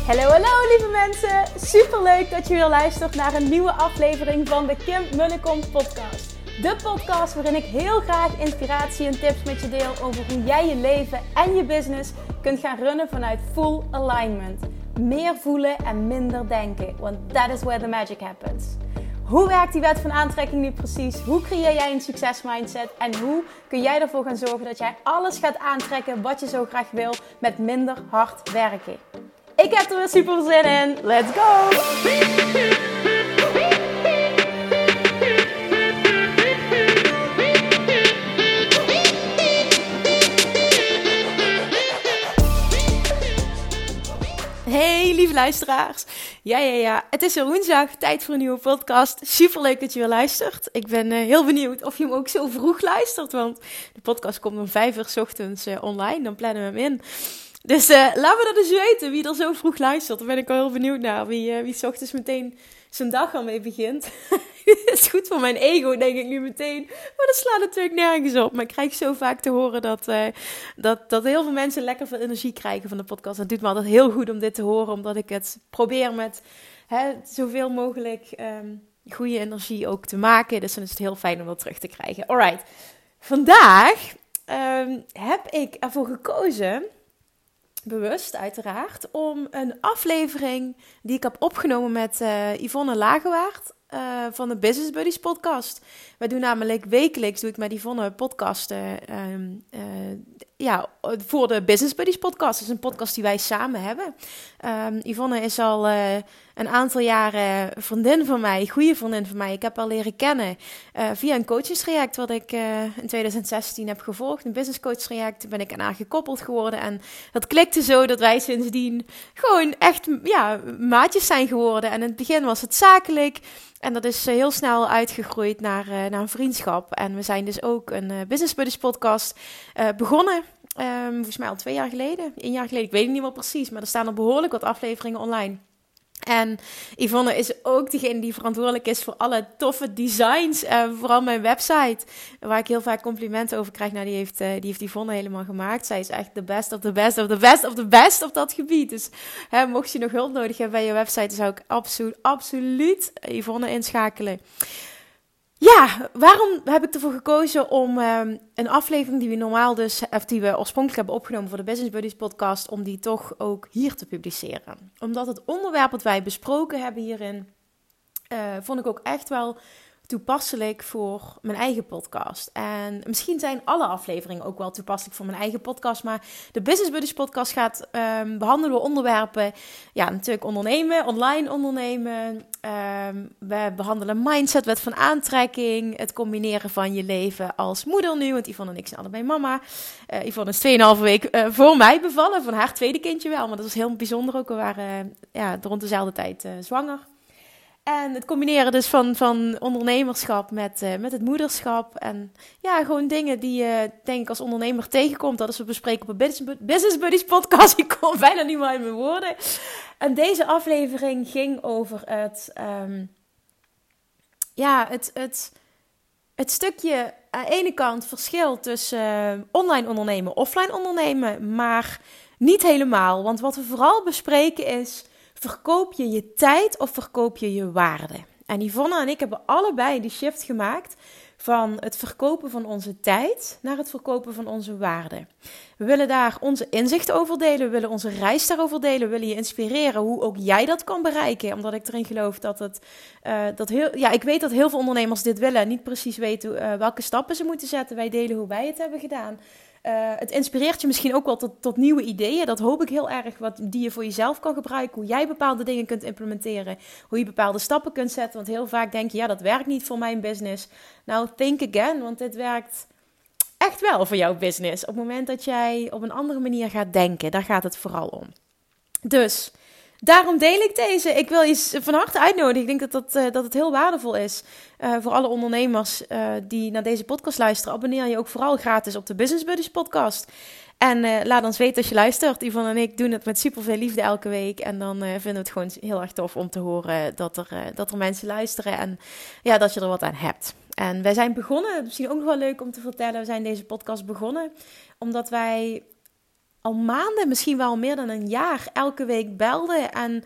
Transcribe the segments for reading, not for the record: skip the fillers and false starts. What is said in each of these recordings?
Hallo, hallo lieve mensen. Superleuk dat je weer luistert naar een nieuwe aflevering van de Kim Munnekom podcast. De podcast waarin ik heel graag inspiratie en tips met je deel over hoe jij je leven en je business kunt gaan runnen vanuit full alignment. Meer voelen en minder denken, want that is where the magic happens. Hoe werkt die wet van aantrekking nu precies? Hoe creëer jij een succesmindset? En hoe kun jij ervoor gaan zorgen dat jij alles gaat aantrekken wat je zo graag wil met minder hard werken? Ik heb er weer super zin in. Let's go! Hey lieve luisteraars. Ja. Het is weer woensdag. Tijd voor een nieuwe podcast. Superleuk dat je weer luistert. Ik ben heel benieuwd of je hem ook zo vroeg luistert. Want de podcast komt om 5 uur 's ochtends online. Dan plannen we hem in. Dus laten we dat eens weten, wie er zo vroeg luistert. Daar ben ik al heel benieuwd naar. Wie 's ochtends meteen zijn dag al mee begint. Het is goed voor mijn ego, denk ik nu meteen. Maar dat slaat natuurlijk nergens op. Maar ik krijg zo vaak te horen dat heel veel mensen lekker veel energie krijgen van de podcast. En het doet me altijd heel goed om dit te horen. Omdat ik het probeer met zoveel mogelijk goede energie ook te maken. Dus dan is het heel fijn om dat terug te krijgen. Alright, vandaag heb ik ervoor gekozen... bewust uiteraard, om een aflevering die ik heb opgenomen met Yvonne Lagewaard van de Business Buddies podcast. Wij doen namelijk wekelijks, doe ik met Yvonne podcasten voor de Business Buddies podcast. Dat is een podcast die wij samen hebben. Yvonne is al een aantal jaren vriendin van mij, goede vriendin van mij. Ik heb haar leren kennen via een coachingstraject wat ik in 2016 heb gevolgd. Een business coach traject. Toen ben ik aan haar gekoppeld geworden. En dat klikte zo dat wij sindsdien gewoon echt maatjes zijn geworden. En in het begin was het zakelijk. En dat is heel snel uitgegroeid naar een vriendschap. En we zijn dus ook een Business Buddies podcast begonnen. Volgens mij al 2 jaar geleden. 1 jaar geleden, ik weet het niet meer precies. Maar er staan al behoorlijk wat afleveringen online. En Yvonne is ook degene die verantwoordelijk is voor alle toffe designs. Vooral mijn website, waar ik heel vaak complimenten over krijg. Nou, die heeft Yvonne helemaal gemaakt. Zij is echt de best of the best of the best of the best op dat gebied. Dus mocht je nog hulp nodig hebben bij je website, zou ik absoluut Yvonne inschakelen. Ja, waarom heb ik ervoor gekozen om een aflevering die we oorspronkelijk hebben opgenomen voor de Business Buddies podcast, om die toch ook hier te publiceren? Omdat het onderwerp wat wij besproken hebben hierin, vond ik ook echt wel toepasselijk voor mijn eigen podcast. En misschien zijn alle afleveringen ook wel toepasselijk voor mijn eigen podcast, maar de Business Buddies podcast behandelen we onderwerpen, natuurlijk ondernemen, online ondernemen. We behandelen mindset, wet van aantrekking, het combineren van je leven als moeder nu, want Yvonne en ik zijn allebei mama. Yvonne is 2,5 week voor mij bevallen, van haar tweede kindje wel, maar dat was heel bijzonder ook. We waren rond dezelfde tijd zwanger. En het combineren dus van ondernemerschap met het moederschap. En gewoon dingen die je denk ik als ondernemer tegenkomt. Dat is wat we bespreken op een Business Buddies podcast. Ik kom bijna niet meer uit mijn woorden. En deze aflevering ging over het stukje aan de ene kant verschil tussen online ondernemen, offline ondernemen. Maar niet helemaal. Want wat we vooral bespreken is: verkoop je je tijd of verkoop je je waarde? En Yvonne en ik hebben allebei die shift gemaakt van het verkopen van onze tijd naar het verkopen van onze waarde. We willen daar onze inzichten over delen, we willen onze reis daarover delen, we willen je inspireren hoe ook jij dat kan bereiken. Omdat ik erin geloof ik weet dat heel veel ondernemers dit willen en niet precies weten welke stappen ze moeten zetten. Wij delen hoe wij het hebben gedaan. Het inspireert je misschien ook wel tot nieuwe ideeën. Dat hoop ik heel erg, die je voor jezelf kan gebruiken. Hoe jij bepaalde dingen kunt implementeren. Hoe je bepaalde stappen kunt zetten. Want heel vaak denk je, dat werkt niet voor mijn business. Nou, think again, want dit werkt echt wel voor jouw business. Op het moment dat jij op een andere manier gaat denken. Daar gaat het vooral om. Dus daarom deel ik deze. Ik wil je van harte uitnodigen. Ik denk dat het heel waardevol is voor alle ondernemers die naar deze podcast luisteren. Abonneer je ook vooral gratis op de Business Buddies podcast. En laat ons weten als je luistert. Yvonne en ik doen het met super veel liefde elke week. En dan vinden we het gewoon heel erg tof om te horen dat er mensen luisteren. En dat je er wat aan hebt. En wij zijn begonnen, misschien ook nog wel leuk om te vertellen. We zijn deze podcast begonnen omdat wij al maanden, misschien wel meer dan een jaar, elke week belden en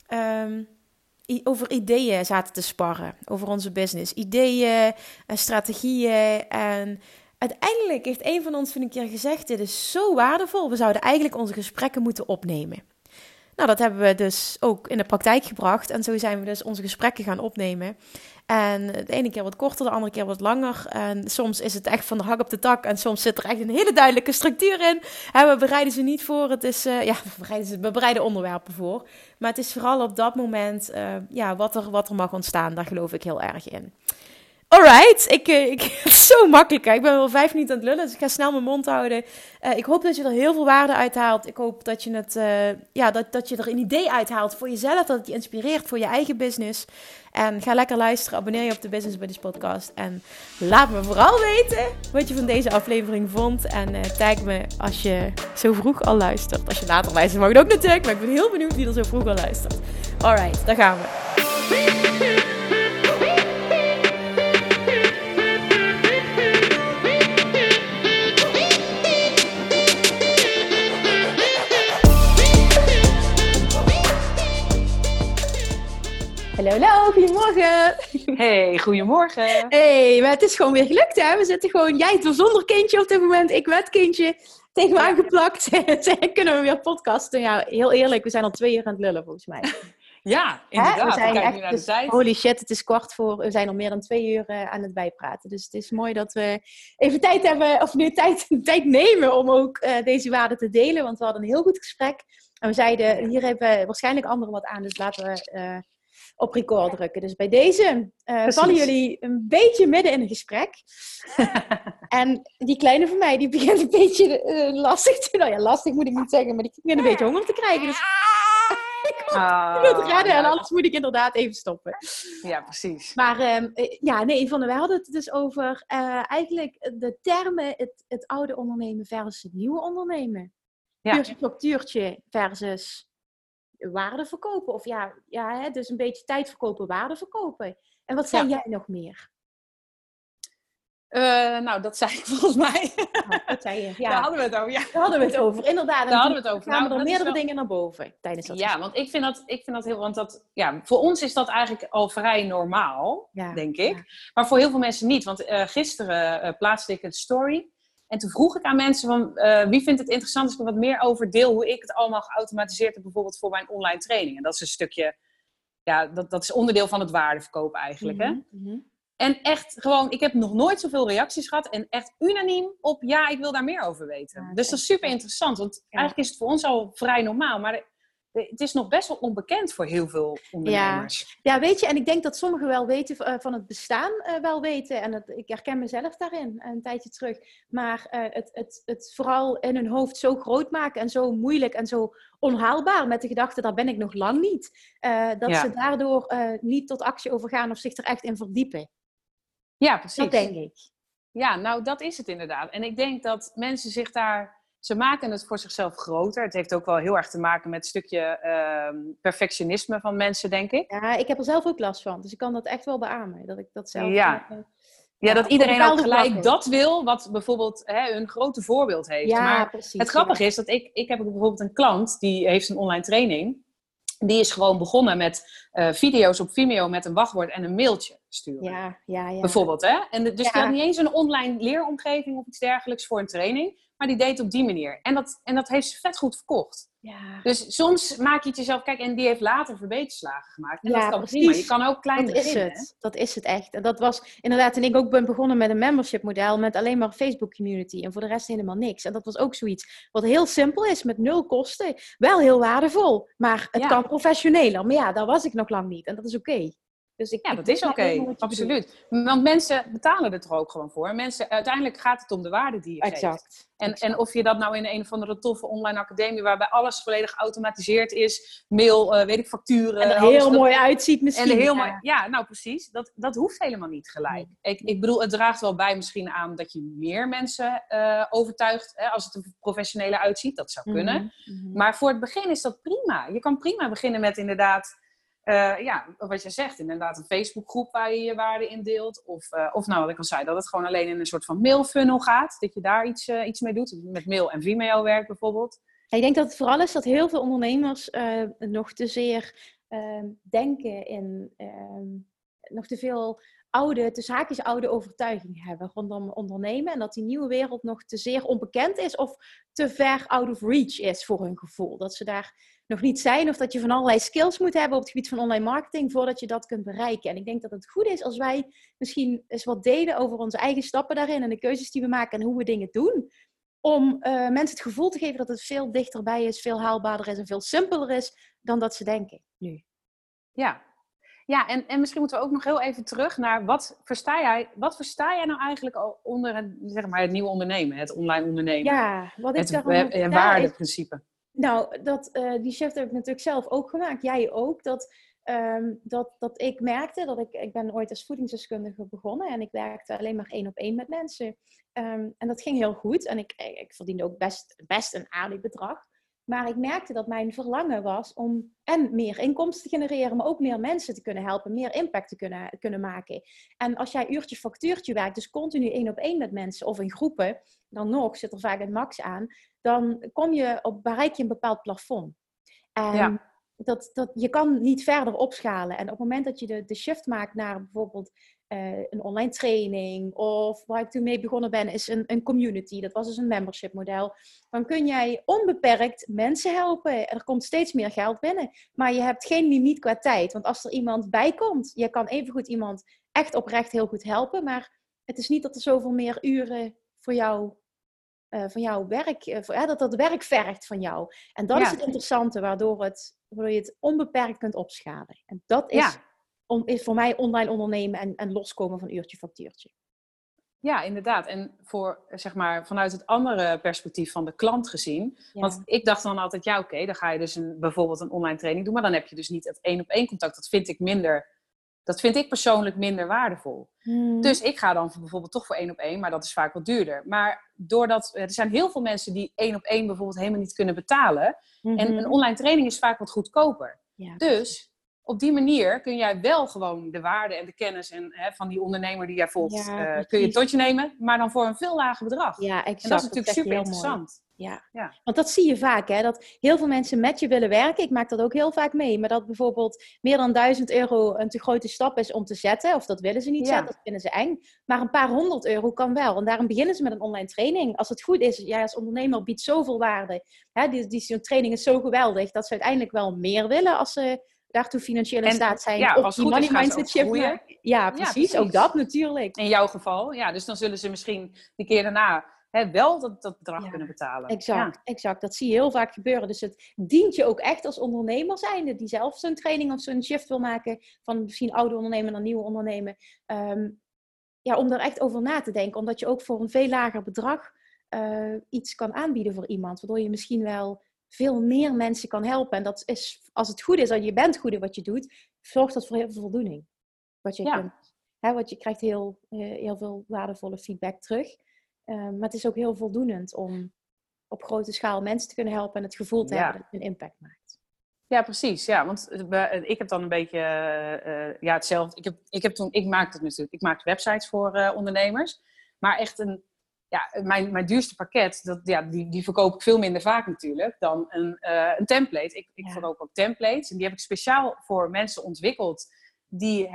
over ideeën zaten te sparren. Over onze business. Ideeën en strategieën. En uiteindelijk heeft een van ons een keer gezegd, dit is zo waardevol. We zouden eigenlijk onze gesprekken moeten opnemen. Nou, dat hebben we dus ook in de praktijk gebracht. En zo zijn we dus onze gesprekken gaan opnemen. En de ene keer wat korter, de andere keer wat langer. En soms is het echt van de hak op de tak. En soms zit er echt een hele duidelijke structuur in. En we bereiden ze niet voor. Het is, we bereiden onderwerpen voor. Maar het is vooral op dat moment wat er mag ontstaan. Daar geloof ik heel erg in. Alright, het is zo makkelijk. Hè? Ik ben wel 5 minuten aan het lullen, dus ik ga snel mijn mond houden. Ik hoop dat je er heel veel waarde uit haalt. Ik hoop dat je dat je er een idee uit haalt voor jezelf, dat het je inspireert voor je eigen business. En ga lekker luisteren, abonneer je op de Business Buddies podcast. En laat me vooral weten wat je van deze aflevering vond. En tag me als je zo vroeg al luistert. Als je later luistert mag het ook natuurlijk, maar ik ben heel benieuwd wie er zo vroeg al luistert. Alright, daar gaan we. Hallo, goedemorgen. Hey, goedemorgen. Hey, maar het is gewoon weer gelukt, hè? We zitten gewoon, jij zonder kindje op dit moment, ik met kindje, tegen me aangeplakt. Kunnen we weer podcasten? Ja, heel eerlijk, we zijn al 2 uur aan het lullen, volgens mij. Ja, inderdaad. We zijn echt, nu naar de tijd. Holy shit, het is 15:15. We zijn al meer dan 2 uur aan het bijpraten. Dus het is mooi dat we even tijd hebben, of nu tijd nemen om ook deze waarden te delen. Want we hadden een heel goed gesprek. En we zeiden, hier hebben waarschijnlijk anderen wat aan, dus laten we op record drukken. Dus bij deze vallen jullie een beetje midden in een gesprek. En die kleine van mij, die begint een beetje lastig te... Nou ja, lastig moet ik niet zeggen, maar die begint een beetje honger te krijgen. Dus ik wil het redden en anders moet ik inderdaad even stoppen. Ja, precies. Maar wij hadden het dus over eigenlijk de termen het oude ondernemen versus het nieuwe ondernemen. Ja. Puur factuurtje versus waarde verkopen. Of dus een beetje tijd verkopen, waarde verkopen. En wat zei jij nog meer? Dat zei ik volgens mij. Wat zei je? Ja. Daar hadden we het over. Ja. Daar hadden we het over, inderdaad. Daar hadden we het over. Kwamen er meerdere dingen naar boven tijdens dat gesprek. Want ik vind dat heel... Want voor ons is dat eigenlijk al vrij normaal, denk ik. Ja. Maar voor heel veel mensen niet. Want gisteren plaatste ik een story. En toen vroeg ik aan mensen van wie vindt het interessant als ik er wat meer over deel, hoe ik het allemaal geautomatiseerd heb, bijvoorbeeld voor mijn online training. En dat is een stukje, dat is onderdeel van het waardeverkoop eigenlijk. Mm-hmm. Hè? Mm-hmm. En echt gewoon, ik heb nog nooit zoveel reacties gehad en echt unaniem op ik wil daar meer over weten. Ja, dus dat is super interessant, want eigenlijk is het voor ons al vrij normaal, maar het is nog best wel onbekend voor heel veel ondernemers. Ja, weet je, en ik denk dat sommigen wel weten van het bestaan wel weten. En ik herken mezelf daarin een tijdje terug. Maar het vooral in hun hoofd zo groot maken en zo moeilijk en zo onhaalbaar met de gedachte, daar ben ik nog lang niet. Dat ze daardoor niet tot actie overgaan of zich er echt in verdiepen. Ja, precies. Dat denk ik. Ja, nou dat is het inderdaad. En ik denk dat mensen zich ze maken het voor zichzelf groter. Het heeft ook wel heel erg te maken met een stukje perfectionisme van mensen, denk ik. Ja, ik heb er zelf ook last van. Dus ik kan dat echt wel beamen. Dat ik dat zelf... dat iedereen ook gelijk dat wil, wat bijvoorbeeld een grote voorbeeld heeft. Ja, maar precies. Het grappige is dat ik heb bijvoorbeeld een klant, die heeft een online training. Die is gewoon begonnen met video's op Vimeo met een wachtwoord en een mailtje sturen. Ja. Bijvoorbeeld, hè? En dus die had niet eens een online leeromgeving of iets dergelijks voor een training. Maar die deed het op die manier. En dat heeft ze vet goed verkocht. Ja. Dus soms maak je het jezelf... Kijk, en die heeft later verbeterslagen gemaakt. En dat kan prima. Je kan ook klein beginnen. Dat is het echt. En dat was inderdaad... En ik ook ben begonnen met een membership model met alleen maar Facebook community. En voor de rest helemaal niks. En dat was ook zoiets wat heel simpel is. Met 0 kosten. Wel heel waardevol. Maar het kan professioneler. Maar daar was ik nog lang niet. En dat is oké. Dus dat is oké, absoluut. Want mensen betalen er toch ook gewoon voor. Uiteindelijk gaat het om de waarde die je geeft. En of je dat nou in een of andere toffe online academie, waarbij alles volledig geautomatiseerd is, mail, facturen. En er heel mooi uitziet misschien. Nou precies. Dat hoeft helemaal niet gelijk. Ik bedoel, het draagt wel bij misschien aan dat je meer mensen overtuigt, als het er professioneler uitziet. Dat zou kunnen. Mm-hmm. Maar voor het begin is dat prima. Je kan prima beginnen met inderdaad wat je zegt, inderdaad een Facebookgroep waar je je waarden in deelt. Of nou, wat ik al zei, dat het gewoon alleen in een soort van mailfunnel gaat. Dat je daar iets mee doet. Met mail en Vimeo werk bijvoorbeeld. Ja, ik denk dat het vooral is dat heel veel ondernemers nog te zeer denken in nog te veel oude overtuigingen hebben rondom ondernemen. En dat die nieuwe wereld nog te zeer onbekend is of te ver out of reach is voor hun gevoel. Dat ze daar nog niet zijn of dat je van allerlei skills moet hebben op het gebied van online marketing voordat je dat kunt bereiken. En ik denk dat het goed is als wij misschien eens wat delen over onze eigen stappen daarin en de keuzes die we maken en hoe we dingen doen. Om mensen het gevoel te geven dat het veel dichterbij is, veel haalbaarder is en veel simpeler is dan dat ze denken nu. Ja, en misschien moeten we ook nog heel even terug naar wat versta jij nou eigenlijk onder het nieuwe ondernemen, het online ondernemen? Ja, wat ik het waardeprincipe. Nou, die shift heb ik natuurlijk zelf ook gemaakt. Jij ook. Dat ik merkte dat ik ben ooit als voedingsdeskundige begonnen. En ik werkte alleen maar 1-op-1 met mensen. En dat ging heel goed. En ik verdiende ook best een aardig bedrag. Maar ik merkte dat mijn verlangen was om meer inkomsten te genereren, maar ook meer mensen te kunnen helpen, meer impact te kunnen maken. En als jij uurtje factuurtje werkt, dus continu 1-op-1 met mensen of in groepen, dan nog zit er vaak een max aan, dan bereik je een bepaald plafond. En je kan niet verder opschalen. En op het moment dat je de shift maakt naar bijvoorbeeld een online training of waar ik toen mee begonnen ben is een community. Dat was dus een membership model. Dan kun jij onbeperkt mensen helpen. Er komt steeds meer geld binnen. Maar je hebt geen limiet qua tijd. Want als er iemand bij komt, je kan evengoed iemand echt oprecht heel goed helpen. Maar het is niet dat er zoveel meer uren voor jou van jouw werk, dat werk vergt van jou. En dat is het interessante, waardoor je het onbeperkt kunt opschalen. En dat is voor mij online ondernemen en loskomen van uurtje factuurtje. Ja, inderdaad. En voor, zeg maar, vanuit het andere perspectief van de klant gezien. Ja. Want ik dacht dan altijd, dan ga je dus bijvoorbeeld een online training doen. Maar dan heb je dus niet het 1-op-1 contact. Dat vind ik persoonlijk minder waardevol. Dus ik ga dan bijvoorbeeld toch voor 1-op-1, maar dat is vaak wat duurder. Maar doordat er zijn heel veel mensen die 1-op-1 bijvoorbeeld helemaal niet kunnen betalen. En een online training is vaak wat goedkoper. Ja. Dus op die manier kun jij wel gewoon de waarde en de kennis van die ondernemer die jij volgt, kun je tot je nemen, maar dan voor een veel lager bedrag. Ja, exact. En dat is natuurlijk super interessant. Ja, want dat zie je vaak, hè? Dat heel veel mensen met je willen werken. Ik maak dat ook heel vaak mee. Maar dat bijvoorbeeld meer dan €1000 een te grote stap is om te zetten. Of dat willen ze niet zetten, dat vinden ze eng. Maar een paar €100 kan wel. En daarom beginnen ze met een online training. Als het goed is, jij als ondernemer biedt zoveel waarde. Hè? Zo'n training is zo geweldig dat ze uiteindelijk wel meer willen als ze daartoe financieel in staat zijn. Ja, als die money mindset shift. Ja, precies. Ook dat natuurlijk. In jouw geval. Ja, dus dan zullen ze misschien de keer daarna wel dat bedrag kunnen betalen. Exact. Dat zie je heel vaak gebeuren. Dus het dient je ook echt als ondernemer zijnde, die zelf zo'n training of zo'n shift wil maken, van misschien oude ondernemer naar nieuwe ondernemer. Om daar echt over na te denken. Omdat je ook voor een veel lager bedrag iets kan aanbieden voor iemand. Waardoor je misschien wel veel meer mensen kan helpen. En dat is, als het goed is, dat je bent goed in wat je doet, zorgt dat voor heel veel voldoening. Want je krijgt heel veel waardevolle feedback terug. Maar het is ook heel voldoenend om op grote schaal mensen te kunnen helpen en het gevoel te hebben dat het een impact maakt. Ja, precies. Ja, want ik heb dan een beetje hetzelfde. Ik maakte websites voor ondernemers. Maar echt mijn duurste pakket, die verkoop ik veel minder vaak natuurlijk dan een template. Ik verkoop ook templates en die heb ik speciaal voor mensen ontwikkeld die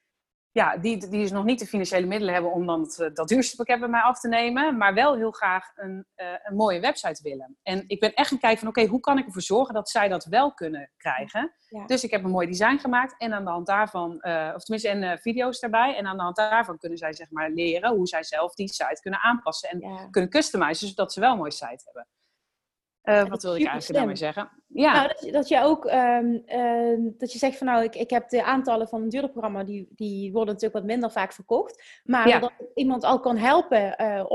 die dus nog niet de financiële middelen hebben om dan dat duurste pakket bij mij af te nemen, maar wel heel graag een mooie website willen. En ik ben echt gaan kijken van hoe kan ik ervoor zorgen dat zij dat wel kunnen krijgen. Ja. Dus ik heb een mooi design gemaakt en aan de hand daarvan, video's daarbij, en aan de hand daarvan kunnen zij zeg maar leren hoe zij zelf die site kunnen aanpassen en kunnen customizen, zodat ze wel een mooie site hebben. Wat wil ik eigenlijk daarmee zeggen? Ja. Nou, dat je ook dat je zegt van ik heb de aantallen van een duurderprogramma, die worden natuurlijk wat minder vaak verkocht. Maar dat iemand al kan helpen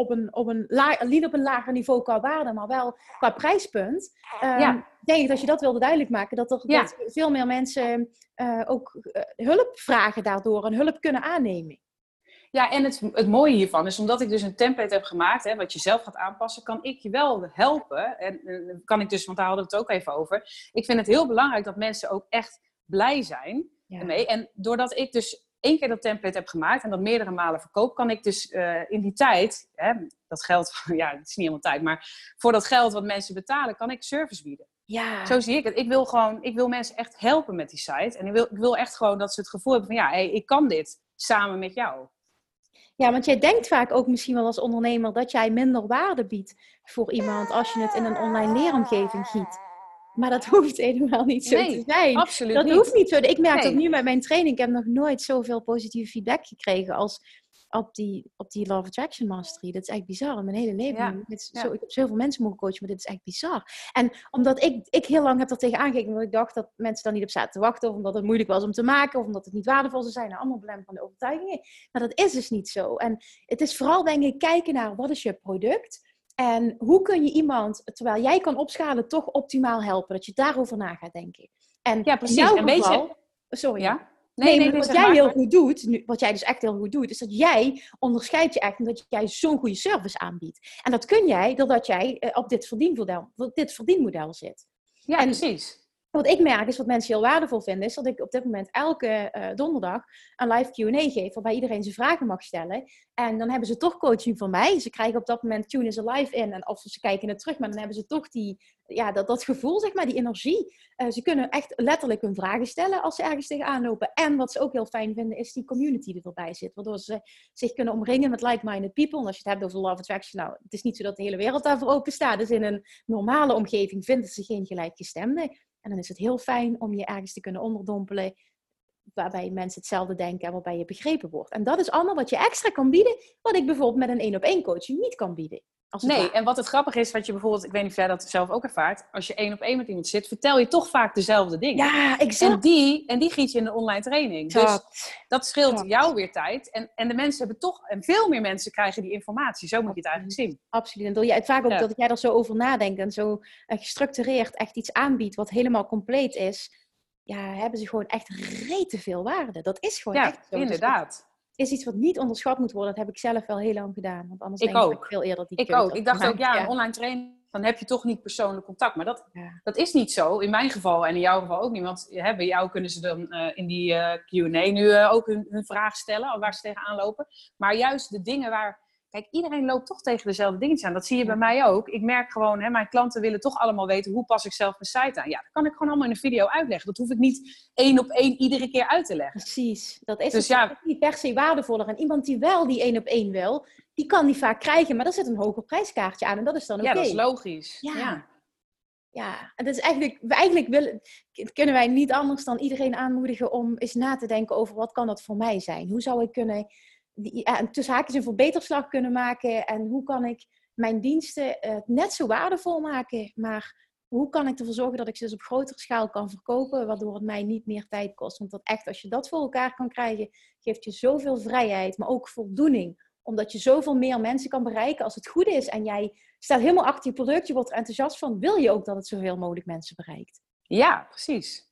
niet op een lager niveau qua waarde, maar wel qua prijspunt. Denk ik dat je dat wilde duidelijk maken. Dat veel meer mensen ook hulp vragen daardoor en hulp kunnen aannemen. Ja, en het mooie hiervan is, omdat ik dus een template heb gemaakt, wat je zelf gaat aanpassen, kan ik je wel helpen. En kan ik dus, want daar hadden we het ook even over. Ik vind het heel belangrijk dat mensen ook echt blij zijn ermee. En doordat ik dus 1 keer dat template heb gemaakt en dat meerdere malen verkoop, kan ik dus in die tijd, dat geld, ja, het is niet helemaal tijd, maar voor dat geld wat mensen betalen, kan ik service bieden. Ja. Zo zie ik het. Ik wil mensen echt helpen met die site. En ik wil echt gewoon dat ze het gevoel hebben van, ik kan dit samen met jou. Ja, want jij denkt vaak ook misschien wel als ondernemer dat jij minder waarde biedt voor iemand als je het in een online leeromgeving giet. Maar dat hoeft helemaal niet zo te zijn. Absoluut dat niet. Hoeft niet zo. Ik merk dat nu met mijn training. Ik heb nog nooit zoveel positieve feedback gekregen als op die Love Attraction Mastery. Dat is echt bizar in mijn hele leven. Ja. Ik heb zoveel mensen mogen coachen, maar dit is echt bizar. En omdat ik heel lang heb er tegen aangekeken, omdat ik dacht dat mensen daar niet op zaten te wachten, of omdat het moeilijk was om te maken, of omdat het niet waardevol zou zijn, allemaal belemmerende overtuigingen. Maar dat is dus niet zo. En het is vooral, denk ik, kijken naar wat is je product en hoe kun je iemand, terwijl jij kan opschalen, toch optimaal helpen. Dat je daarover na gaat denken. En ja, precies. In jouw en geval, weet je... Sorry. Ja? Nee, wat jij heel goed doet, wat jij dus echt heel goed doet, is dat jij onderscheidt je echt omdat jij zo'n goede service aanbiedt. En dat kun jij doordat jij op dit verdienmodel zit. Ja, en precies. Wat ik merk is, wat mensen heel waardevol vinden, is dat ik op dit moment elke donderdag een live Q&A geef, waarbij iedereen zijn vragen mag stellen. En dan hebben ze toch coaching van mij. Ze krijgen op dat moment Tune is Alive in, en of ze kijken het terug, maar dan hebben ze toch dat gevoel, zeg maar, die energie. Ze kunnen echt letterlijk hun vragen stellen als ze ergens tegenaan lopen. En wat ze ook heel fijn vinden, is die community die erbij zit. Waardoor ze zich kunnen omringen met like-minded people. En als je het hebt over Love Attraction, nou, het is niet zo dat de hele wereld daarvoor open staat. Dus in een normale omgeving vinden ze geen gelijkgestemden. En dan is het heel fijn om je ergens te kunnen onderdompelen, waarbij mensen hetzelfde denken en waarbij je begrepen wordt. En dat is allemaal wat je extra kan bieden, wat ik bijvoorbeeld met een 1-op-1 coaching niet kan bieden. En wat het grappige is, wat je bijvoorbeeld, ik weet niet of jij dat zelf ook ervaart, als je 1-op-1 met iemand zit, vertel je toch vaak dezelfde dingen. Ja, exact. En die giet je in de online training. Exact. Dus dat scheelt jou weer tijd. En de mensen hebben toch, en veel meer mensen krijgen die informatie. Zo moet je het eigenlijk zien. Absoluut. En doe vaak ook dat jij er zo over nadenkt en zo gestructureerd echt iets aanbiedt wat helemaal compleet is. Ja, hebben ze gewoon echt rete veel waarde. Dat is gewoon echt zo. Inderdaad. Is iets wat niet onderschat moet worden. Dat heb ik zelf wel heel lang gedaan. Want anders denk ik veel eerder die keuze. Ik dacht ook, een online training, dan heb je toch niet persoonlijk contact. Maar dat is niet zo. In mijn geval en in jouw geval ook niet. Want bij jou kunnen ze dan in die Q&A nu ook hun vraag stellen. Waar ze tegenaan lopen. Maar juist de dingen waar... Kijk, iedereen loopt toch tegen dezelfde dingetjes aan. Dat zie je bij mij ook. Ik merk gewoon, mijn klanten willen toch allemaal weten... hoe pas ik zelf mijn site aan? Ja, dat kan ik gewoon allemaal in een video uitleggen. Dat hoef ik niet 1-op-1 iedere keer uit te leggen. Precies. Dat is dus niet per se waardevoller. En iemand die wel die 1-op-1 wil, die kan die vaak krijgen. Maar daar zit een hoger prijskaartje aan. En dat is dan oké. Ja, dat is logisch. Ja, en dat is eigenlijk kunnen wij niet anders dan iedereen aanmoedigen om eens na te denken over wat kan dat voor mij zijn? Hoe zou ik kunnen... tussen haakjes een verbeterslag kunnen maken. En hoe kan ik mijn diensten net zo waardevol maken. Maar hoe kan ik ervoor zorgen dat ik ze dus op grotere schaal kan verkopen. Waardoor het mij niet meer tijd kost. Want als je dat voor elkaar kan krijgen. Geeft je zoveel vrijheid. Maar ook voldoening. Omdat je zoveel meer mensen kan bereiken als het goed is. En jij staat helemaal achter je product. Je wordt er enthousiast van. Wil je ook dat het zoveel mogelijk mensen bereikt. Ja, precies.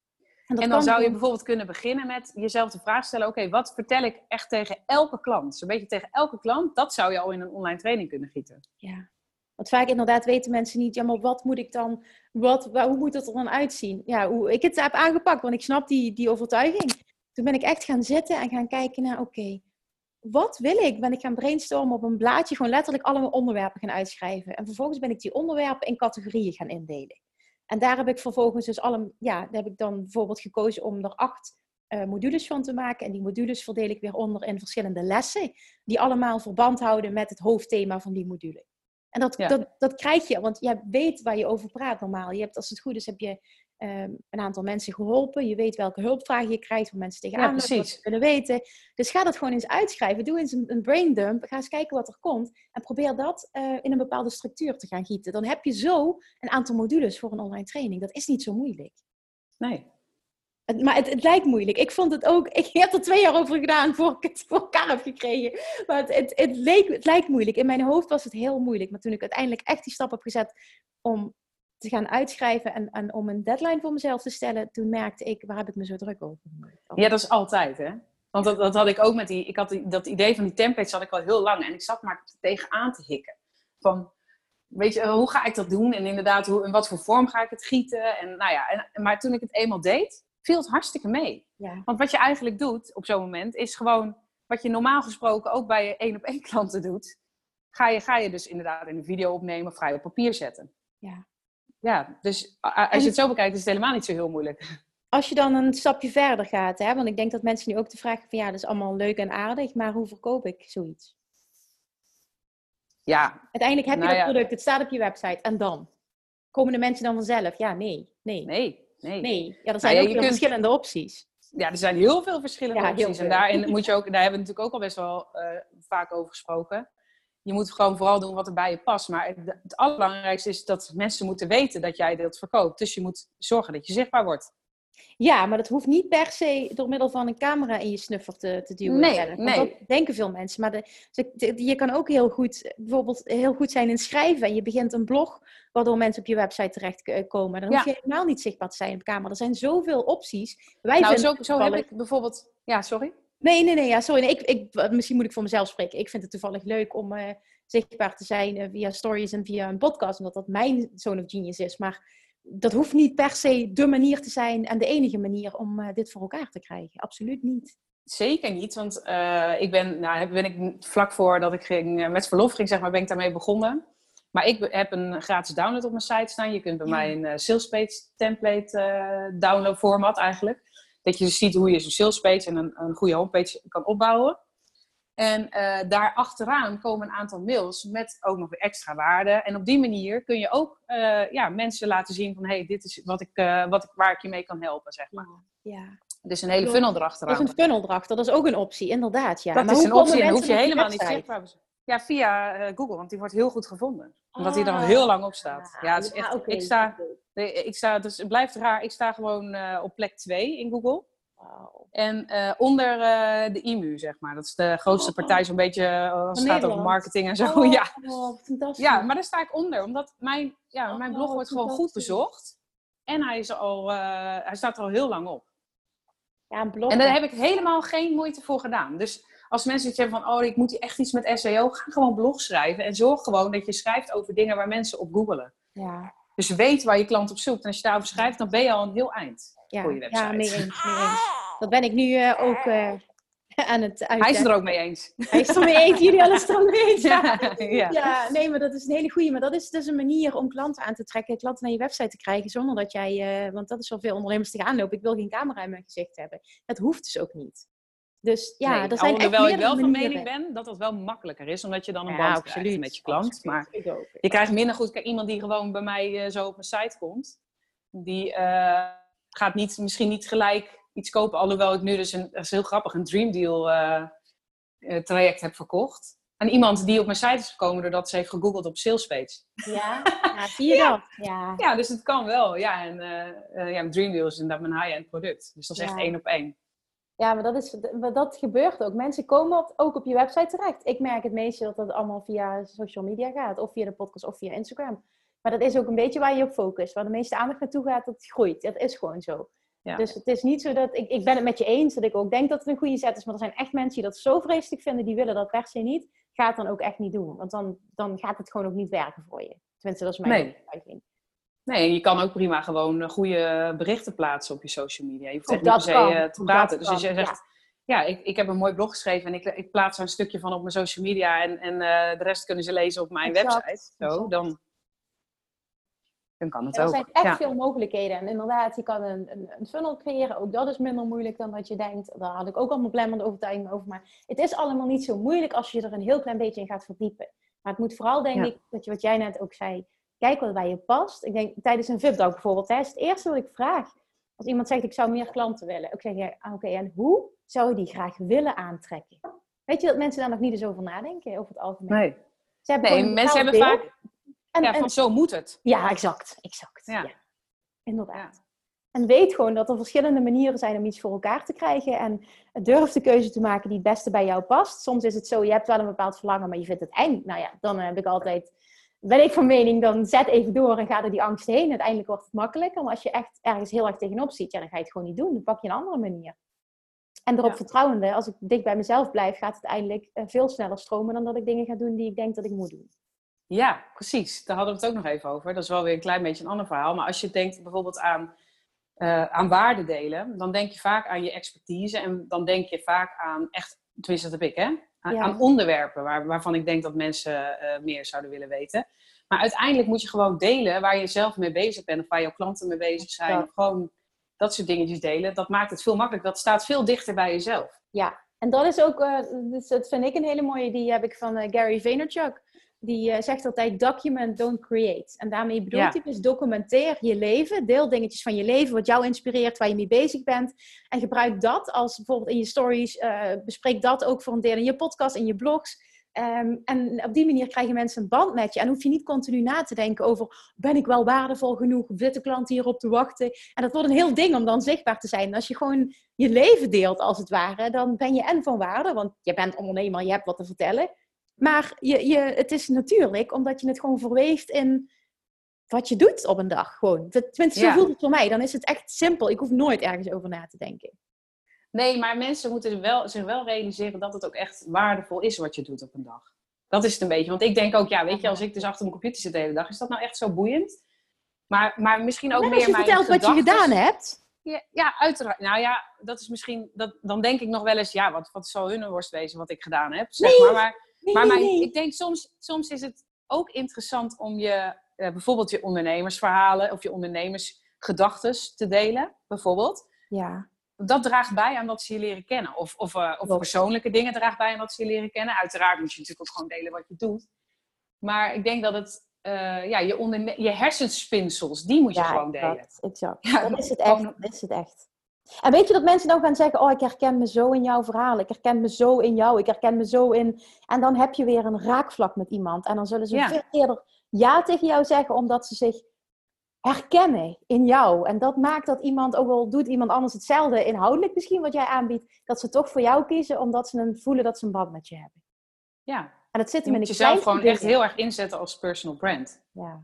En dan zou je bijvoorbeeld kunnen beginnen met jezelf de vraag stellen... Oké, wat vertel ik echt tegen elke klant? Zo'n beetje tegen elke klant, dat zou je al in een online training kunnen gieten. Ja, want vaak inderdaad weten mensen niet... Ja, maar wat moet ik dan... hoe moet het er dan uitzien? Ja, hoe ik het heb aangepakt, want ik snap die overtuiging. Toen ben ik echt gaan zitten en gaan kijken naar... Oké, wat wil ik? Ben ik gaan brainstormen op een blaadje... Gewoon letterlijk alle onderwerpen gaan uitschrijven. En vervolgens ben ik die onderwerpen in categorieën gaan indelen. En daar heb ik vervolgens dus daar heb ik dan bijvoorbeeld gekozen om er 8 modules van te maken. En die modules verdeel ik weer onder in verschillende lessen. Die allemaal verband houden met het hoofdthema van die module. En dat krijg je, want je weet waar je over praat normaal. Als het goed is, heb je een aantal mensen geholpen. Je weet welke hulpvragen je krijgt, waar mensen tegenaan lopen, wat ze willen weten. Dus ga dat gewoon eens uitschrijven. Doe eens een brain dump. Ga eens kijken wat er komt. En probeer dat in een bepaalde structuur te gaan gieten. Dan heb je zo een aantal modules voor een online training. Dat is niet zo moeilijk. Nee. Maar het lijkt moeilijk. Ik vond het ook... Ik heb er 2 jaar over gedaan voor ik het voor elkaar heb gekregen. Maar het lijkt moeilijk. In mijn hoofd was het heel moeilijk. Maar toen ik uiteindelijk echt die stap heb gezet om te gaan uitschrijven en om een deadline voor mezelf te stellen, toen merkte ik, waar heb ik me zo druk over gemaakt? Ja, dat is altijd, hè? Want dat had ik ook met dat idee van die templates had ik al heel lang. En ik zat maar tegenaan te hikken. Van, weet je, hoe ga ik dat doen? En inderdaad, in wat voor vorm ga ik het gieten? En, maar toen ik het eenmaal deed, viel hartstikke mee. Ja. Want wat je eigenlijk doet op zo'n moment is gewoon wat je normaal gesproken ook bij je 1-op-1 klanten doet. Ga je dus inderdaad in een video opnemen of ga je op papier zetten. Ja. Ja, dus als je het zo bekijkt is het helemaal niet zo heel moeilijk. Als je dan een stapje verder gaat, hè, want ik denk dat mensen nu ook de vraag van ja, dat is allemaal leuk en aardig, maar hoe verkoop ik zoiets? Ja. Uiteindelijk heb je dat product, het staat op je website en dan? Komen de mensen dan vanzelf? Ja, nee. Ja, er zijn ook veel verschillende opties. Ja, er zijn heel veel verschillende opties. Heel veel. En daarin moet je ook, daar hebben we natuurlijk ook al best wel vaak over gesproken. Je moet gewoon vooral doen wat er bij je past. Maar het allerbelangrijkste is dat mensen moeten weten dat jij dit verkoopt. Dus je moet zorgen dat je zichtbaar wordt. Ja, maar dat hoeft niet per se door middel van een camera in je snuffer te duwen. Nee. Dat denken veel mensen. Maar je kan ook bijvoorbeeld heel goed zijn in schrijven. En je begint een blog waardoor mensen op je website terechtkomen. Dan hoef je helemaal niet zichtbaar te zijn op camera. Er zijn zoveel opties. Zo heb ik bijvoorbeeld... Ja, sorry? Nee. Ja, sorry. Misschien moet ik voor mezelf spreken. Ik vind het toevallig leuk om zichtbaar te zijn via stories en via een podcast. Omdat dat mijn zone of genius is. Maar dat hoeft niet per se de manier te zijn en de enige manier om dit voor elkaar te krijgen. Absoluut niet. Zeker niet, want ben ik vlak voor dat ik met verlof ging, zeg maar, ben ik daarmee begonnen. Maar ik heb een gratis download op mijn site staan. Je kunt bij mij een salespage template download format eigenlijk. Dat je dus ziet hoe je zo'n salespage en een goede homepage kan opbouwen. En daar achteraan komen een aantal mails met ook nog weer extra waarde. En op die manier kun je ook mensen laten zien van... hey, dit is waar ik je mee kan helpen, zeg maar. Ja. Dus een hele funnel erachteraan. Dat is een funnel erachter, dat is ook een optie, inderdaad. Ja. Dat is een optie en dan hoef je helemaal niet zichtbaar te zijn. Ja, via Google, want die wordt heel goed gevonden. Omdat die er al heel lang op staat. Ja, het is echt, dus het blijft raar. Ik sta gewoon op plek 2 in Google. Wow. En onder de IMU, zeg maar. Dat is de grootste partij, zo'n beetje, als het gaat over marketing en zo. Fantastisch. Ja, maar daar sta ik onder. Omdat mijn blog wordt gewoon goed bezocht. En hij staat er al heel lang op. Ja, een blog. En daar heb ik helemaal geen moeite voor gedaan. Dus als mensen iets hebben van, ik moet echt iets met SEO, ga gewoon blog schrijven. En zorg gewoon dat je schrijft over dingen waar mensen op googelen. Ja. Dus weet waar je klant op zoekt. En als je daarover schrijft, dan ben je al een heel eind voor je website. Ja, mee eens. Dat ben ik nu ook aan het uitleggen. Hij is het er ook mee eens. Hij is het er mee eens. Jullie alles er mee eens. Ja, nee, maar dat is een hele goeie. Maar dat is dus een manier om klanten aan te trekken. Klanten naar je website te krijgen. Zonder dat jij... want dat is wel veel ondernemers tegenaan lopen. Ik wil geen camera in mijn gezicht hebben. Dat hoeft dus ook niet. Dus ja, er zijn alhoewel ik wel van mening ben dat wel makkelijker is. Omdat je dan een band krijgt met je klant. Absoluut. Maar je krijgt minder goed... Kijk, iemand die gewoon bij mij zo op mijn site komt. Die gaat misschien niet gelijk iets kopen. Alhoewel ik nu dus dat is heel grappig, een Dream Deal traject heb verkocht. Aan iemand die op mijn site is gekomen doordat ze heeft gegoogeld op salespage. Ja, zie je dat? Ja, dus het kan wel. Ja, en een Dream Deal is inderdaad mijn high-end product. Dus dat is echt 1-op-1. Ja, maar dat gebeurt ook. Mensen komen ook op je website terecht. Ik merk het meeste dat dat allemaal via social media gaat. Of via de podcast of via Instagram. Maar dat is ook een beetje waar je op focust. Waar de meeste aandacht naartoe gaat, dat groeit. Dat is gewoon zo. Ja. Dus het is niet zo dat... Ik ben het met je eens dat ik ook denk dat het een goede zet is. Maar er zijn echt mensen die dat zo vreselijk vinden. Die willen dat per se niet. Ga het dan ook echt niet doen. Want dan gaat het gewoon ook niet werken voor je. Tenminste, dat is mijn overtuiging. Nee, je kan ook prima gewoon goede berichten plaatsen op je social media. Je hoeft echt niet per se te praten. Dus als je zegt... Ja, ik heb een mooi blog geschreven en ik plaats er een stukje van op mijn social media. En de rest kunnen ze lezen op mijn website. Zo, dan kan het ook. Er zijn echt veel mogelijkheden. En inderdaad, je kan een funnel creëren. Ook dat is minder moeilijk dan dat je denkt. Daar had ik ook allemaal belemmerende overtuigingen over. Maar het is allemaal niet zo moeilijk als je er een heel klein beetje in gaat verdiepen. Maar het moet vooral, denk ik, dat wat jij net ook zei. Kijk wat bij je past. Ik denk, tijdens een VIP-dag bijvoorbeeld. Is het eerste wat ik vraag. Als iemand zegt, ik zou meer klanten willen. Ik zeg, oké, en hoe zou je die graag willen aantrekken? Weet je dat mensen daar nog niet eens over nadenken, over het algemeen? Nee, mensen hebben vaak... van zo moet het. Ja, exact. Ja. Inderdaad. Ja. En weet gewoon dat er verschillende manieren zijn om iets voor elkaar te krijgen. En durf de keuze te maken die het beste bij jou past. Soms is het zo, je hebt wel een bepaald verlangen, maar je vindt het eng. Nou ja, dan ben ik van mening, dan zet even door en ga er die angst heen. Uiteindelijk wordt het makkelijker. Maar als je echt ergens heel erg tegenop ziet, dan ga je het gewoon niet doen. Dan pak je een andere manier. En erop vertrouwende, als ik dicht bij mezelf blijf, gaat het eindelijk veel sneller stromen dan dat ik dingen ga doen die ik denk dat ik moet doen. Ja, precies. Daar hadden we het ook nog even over. Dat is wel weer een klein beetje een ander verhaal. Maar als je denkt bijvoorbeeld aan aan waarde delen, dan denk je vaak aan je expertise en dan denk je vaak aan echt, tenminste dat heb ik, hè? Aan onderwerpen waarvan ik denk dat mensen meer zouden willen weten. Maar uiteindelijk moet je gewoon delen waar je zelf mee bezig bent of waar jouw klanten mee bezig zijn. Of gewoon dat soort dingetjes delen. Dat maakt het veel makkelijker. Dat staat veel dichter bij jezelf. Ja, en dat is ook, dat vind ik een hele mooie, die heb ik van Gary Vaynerchuk. Die zegt altijd, document, don't create. En daarmee bedoelt hij dus, documenteer je leven. Deel dingetjes van je leven, wat jou inspireert, waar je mee bezig bent. En gebruik dat als bijvoorbeeld in je stories. Bespreek dat ook voor een deel in je podcast, in je blogs. En op die manier krijgen mensen een band met je. En hoef je niet continu na te denken over, ben ik wel waardevol genoeg? Zit de klant hierop te wachten? En dat wordt een heel ding om dan zichtbaar te zijn. En als je gewoon je leven deelt, als het ware, dan ben je en van waarde. Want je bent ondernemer, je hebt wat te vertellen. Maar het is natuurlijk, omdat je het gewoon verweeft in wat je doet op een dag. Gewoon. Tenminste, zo voelt het voor mij. Dan is het echt simpel. Ik hoef nooit ergens over na te denken. Nee, maar mensen moeten zich wel realiseren dat het ook echt waardevol is wat je doet op een dag. Dat is het een beetje. Want ik denk ook, weet je, als ik dus achter mijn computer zit de hele dag, is dat nou echt zo boeiend? Maar misschien ook meer mijn als je vertelt wat je gedaan hebt. Ja, uiteraard. Nou ja, dat is misschien, dan denk ik nog wel eens, wat zal hun worst wezen wat ik gedaan heb, zeg maar. Maar ik denk soms is het ook interessant om je, bijvoorbeeld je ondernemersverhalen of je ondernemersgedachtes te delen, bijvoorbeeld. Ja. Dat draagt bij aan dat ze je leren kennen. Of persoonlijke dingen draagt bij aan dat ze je leren kennen. Uiteraard moet je natuurlijk ook gewoon delen wat je doet. Maar ik denk dat het, je hersenspinsels, die moet je gewoon delen. Exact. Ja, dat is het echt. Dat is het echt. En weet je dat mensen dan gaan zeggen, ik herken me zo in jouw verhaal. Ik herken me zo in jou. Ik herken me zo in... En dan heb je weer een raakvlak met iemand. En dan zullen ze veel eerder ja tegen jou zeggen, omdat ze zich herkennen in jou. En dat maakt dat iemand, ook al doet iemand anders hetzelfde, inhoudelijk misschien wat jij aanbiedt, dat ze toch voor jou kiezen, omdat ze voelen dat ze een band met je hebben. Ja. En dat zit hem je in moet jezelf gewoon echt heel erg inzetten als personal brand. Ja.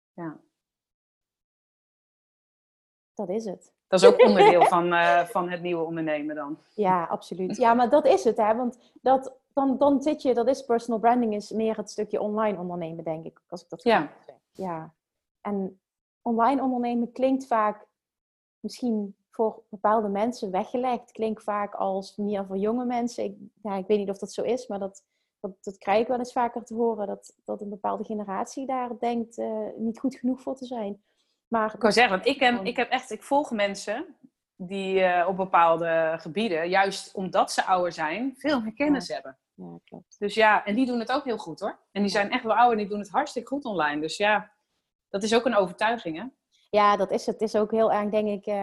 Dat is het. Dat is ook onderdeel van het nieuwe ondernemen dan. Ja, absoluut. Ja, maar dat is het, hè. Want dan zit je, dat is personal branding, is meer het stukje online ondernemen, denk ik. Als ik dat goed zeg. Ja. En online ondernemen klinkt vaak, misschien voor bepaalde mensen weggelegd, klinkt vaak als meer voor jonge mensen. Ik weet niet of dat zo is, maar dat krijg ik wel eens vaker te horen, dat een bepaalde generatie daar denkt niet goed genoeg voor te zijn. Maar ik wou zeggen, want ik volg mensen die op bepaalde gebieden, juist omdat ze ouder zijn, veel meer kennis hebben. Ja, klopt. Dus en die doen het ook heel goed hoor. En die zijn echt wel ouder en die doen het hartstikke goed online. Dus dat is ook een overtuiging, hè? Ja, dat is het. Het is ook heel erg, denk ik,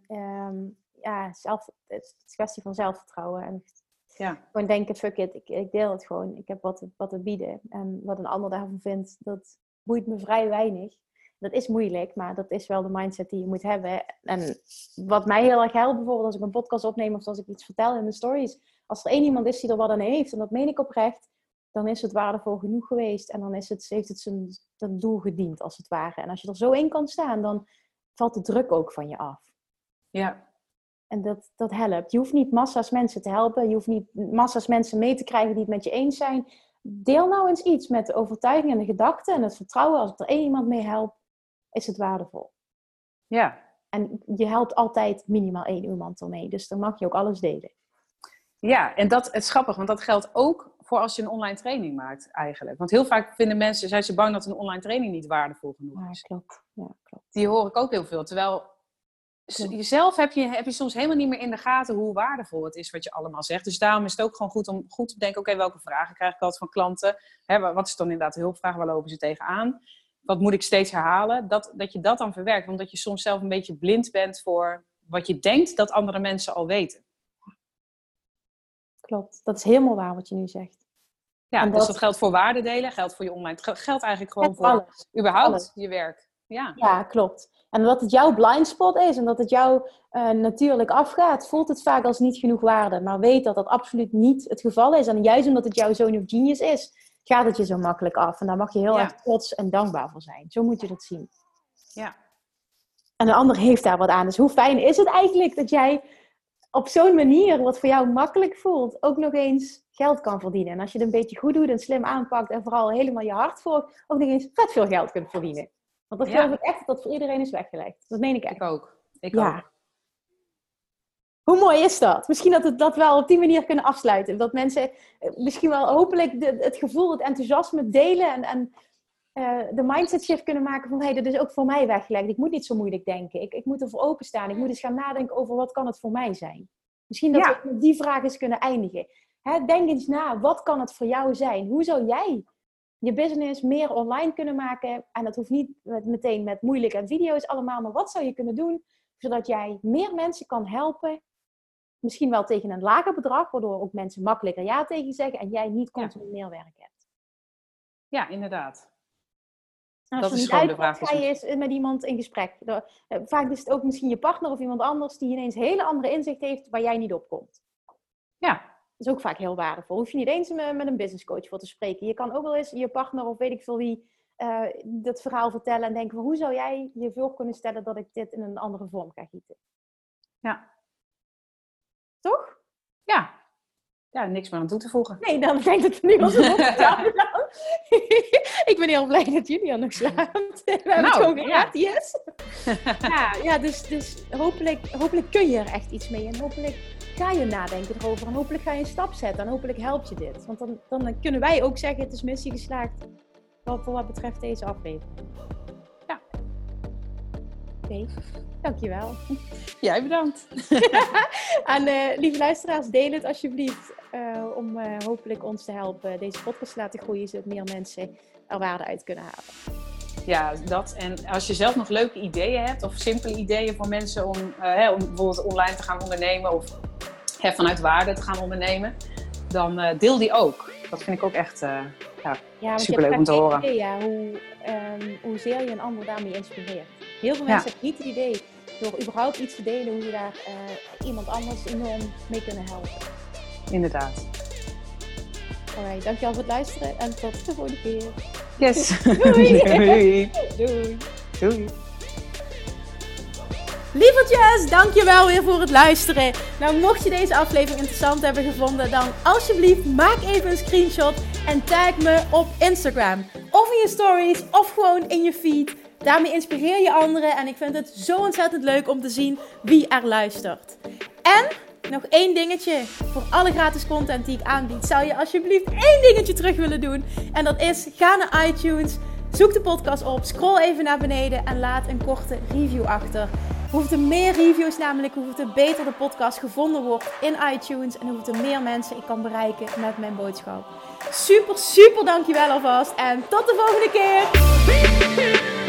het is kwestie van zelfvertrouwen. En gewoon denken, fuck it, ik deel het gewoon. Ik heb wat te bieden. En wat een ander daarvan vindt, dat boeit me vrij weinig. Dat is moeilijk, maar dat is wel de mindset die je moet hebben. En wat mij heel erg helpt, bijvoorbeeld als ik een podcast opneem of als ik iets vertel in mijn stories. Als er één iemand is die er wat aan heeft, en dat meen ik oprecht, dan is het waardevol genoeg geweest. En dan heeft het zijn doel gediend, als het ware. En als je er zo in kan staan, dan valt de druk ook van je af. Ja. En dat helpt. Je hoeft niet massa's mensen te helpen. Je hoeft niet massa's mensen mee te krijgen die het met je eens zijn. Deel nou eens iets met de overtuiging en de gedachten en het vertrouwen. Als er één iemand mee helpt, is het waardevol. Ja. En je helpt altijd minimaal één iemand ermee. Dus dan mag je ook alles delen. Ja, en het is grappig, want dat geldt ook voor als je een online training maakt eigenlijk. Want heel vaak zijn ze bang dat een online training niet waardevol genoeg is. Ja, klopt. Die hoor ik ook heel veel. Terwijl jezelf heb je soms helemaal niet meer in de gaten hoe waardevol het is wat je allemaal zegt. Dus daarom is het ook gewoon goed om goed te denken, oké, welke vragen krijg ik altijd van klanten? Wat is dan inderdaad de hulpvraag? Waar lopen ze tegenaan? Wat moet ik steeds herhalen? Dat je dat dan verwerkt. Omdat je soms zelf een beetje blind bent voor wat je denkt dat andere mensen al weten. Klopt. Dat is helemaal waar wat je nu zegt. Ja, dus dat geldt voor waarde delen, geldt voor je online. Het geldt eigenlijk gewoon voor alles. Überhaupt je werk. Ja, klopt. En omdat het jouw blindspot is en dat het jou natuurlijk afgaat, voelt het vaak als niet genoeg waarde. Maar weet dat dat absoluut niet het geval is. En juist omdat het jouw zone of genius is, gaat het je zo makkelijk af. En daar mag je heel erg trots en dankbaar voor zijn. Zo moet je dat zien. Ja. En de ander heeft daar wat aan. Dus hoe fijn is het eigenlijk dat jij op zo'n manier, wat voor jou makkelijk voelt, ook nog eens geld kan verdienen. En als je het een beetje goed doet en slim aanpakt en vooral helemaal je hart volgt, ook nog eens vet veel geld kunt verdienen. Want dat geloof ik echt dat voor iedereen is weggelegd. Dat meen ik echt. Ik ook. Hoe mooi is dat? Misschien dat we dat wel op die manier kunnen afsluiten. Dat mensen misschien wel hopelijk het gevoel, het enthousiasme delen en de mindset shift kunnen maken van hey, dat is ook voor mij weggelegd. Ik moet niet zo moeilijk denken. Ik moet ervoor openstaan. Ik moet eens gaan nadenken over wat kan het voor mij zijn. Misschien dat we met die vraag eens kunnen eindigen. Denk eens na, wat kan het voor jou zijn? Hoe zou jij je business meer online kunnen maken? En dat hoeft niet meteen met moeilijk en video's allemaal, maar wat zou je kunnen doen zodat jij meer mensen kan helpen? Misschien wel tegen een lager bedrag, waardoor ook mensen makkelijker ja tegen je zeggen en jij niet continu meer werk hebt. Ja, inderdaad. Dat is gewoon de vraag. Ga je eens met iemand in gesprek. Vaak is het ook misschien je partner of iemand anders die ineens hele andere inzicht heeft waar jij niet op komt. Ja. Dat is ook vaak heel waardevol. Hoef je niet eens met een business coach voor te spreken. Je kan ook wel eens je partner of weet ik veel wie dat verhaal vertellen en denken van hoe zou jij je voor kunnen stellen dat ik dit in een andere vorm ga gieten. Ja. Toch? Ja. Ja, niks meer aan toe te voegen. Nee, dan denk ik dat we nu onze opgave. Ik ben heel blij dat Julian nog slaapt. We hebben het gewoon geraakt, yes. Dus hopelijk kun je er echt iets mee. En hopelijk ga je nadenken erover. En hopelijk ga je een stap zetten. En hopelijk helpt je dit. Want dan kunnen wij ook zeggen, het is missie geslaagd. Voor wat betreft deze aflevering. Ja. Oké, dankjewel. Jij bedankt. En lieve luisteraars, deel het alsjeblieft. Om hopelijk ons te helpen deze podcast te laten groeien. Zodat meer mensen er waarde uit kunnen halen. Ja, dat. En als je zelf nog leuke ideeën hebt. Of simpele ideeën voor mensen om bijvoorbeeld online te gaan ondernemen. Of vanuit waarde te gaan ondernemen. Dan deel die ook. Dat vind ik ook echt superleuk om te horen. Idee, hoezeer je een ander daarmee inspireert. Heel veel mensen hebben niet het idee door überhaupt iets te delen hoe je daar iemand anders enorm mee kunnen helpen. Inderdaad. Alright, dankjewel voor het luisteren en tot de volgende keer. Yes. Doei. Doei. Doei. Doei. Lievertjes, dankjewel weer voor het luisteren. Nou, mocht je deze aflevering interessant hebben gevonden, dan alsjeblieft maak even een screenshot en tag me op Instagram. Of in je stories, of gewoon in je feed. Daarmee inspireer je anderen en ik vind het zo ontzettend leuk om te zien wie er luistert. En nog één dingetje. Voor alle gratis content die ik aanbied, zou je alsjeblieft één dingetje terug willen doen. En dat is, ga naar iTunes, zoek de podcast op, scroll even naar beneden en laat een korte review achter. Hoeveel meer reviews namelijk, hoeveel beter de podcast gevonden wordt in iTunes. En hoeveel meer mensen ik kan bereiken met mijn boodschap. Super, super dankjewel alvast. En tot de volgende keer.